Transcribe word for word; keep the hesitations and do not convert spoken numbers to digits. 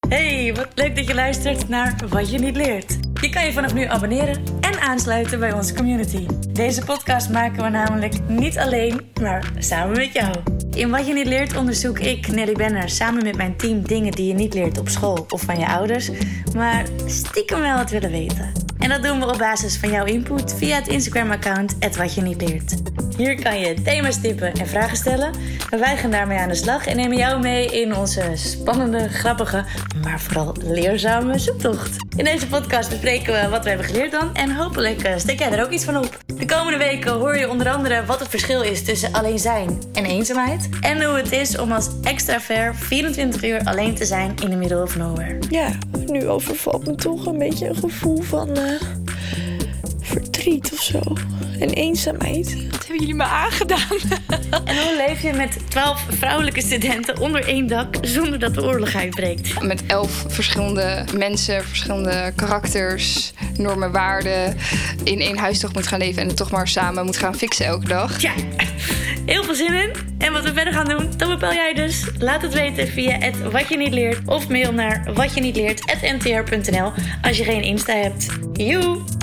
Hey, wat leuk dat je luistert naar Wat je niet leert. Je kan je vanaf nu abonneren en aansluiten bij onze community. Deze podcast maken we namelijk niet alleen, maar samen met jou. In Wat je niet leert onderzoek ik, Nelly Benner, samen met mijn team dingen die je niet leert op school of van je ouders, maar stiekem wel het willen weten. En dat doen we op basis van jouw input via het Instagram-account at wat je niet leert. Hier kan je thema's tippen en vragen stellen. Wij gaan daarmee aan de slag en nemen jou mee in onze spannende, grappige, maar vooral leerzame zoektocht. In deze podcast bespreken we wat we hebben geleerd dan en hopelijk uh, steek jij er ook iets van op. De komende weken hoor je onder andere wat het verschil is tussen alleen zijn en eenzaamheid. En hoe het is om als extravert vierentwintig uur alleen te zijn in the middle of nowhere. Ja, nu overvalt me toch een beetje een gevoel van uh, verdriet of zo. En eenzaamheid. Wat hebben jullie me aangedaan? En hoe leef je met twaalf vrouwelijke studenten onder één dak zonder dat de oorlog uitbreekt? Met elf verschillende mensen, verschillende karakters, normen, waarden in één huis toch moet gaan leven en het toch maar samen moet gaan fixen elke dag. Ja, heel veel zin in. En wat we verder gaan doen, dat bepaal jij dus. Laat het weten via het wat je niet leert of mail naar watjenietleert at n t r punt n l als je geen Insta hebt. Joe!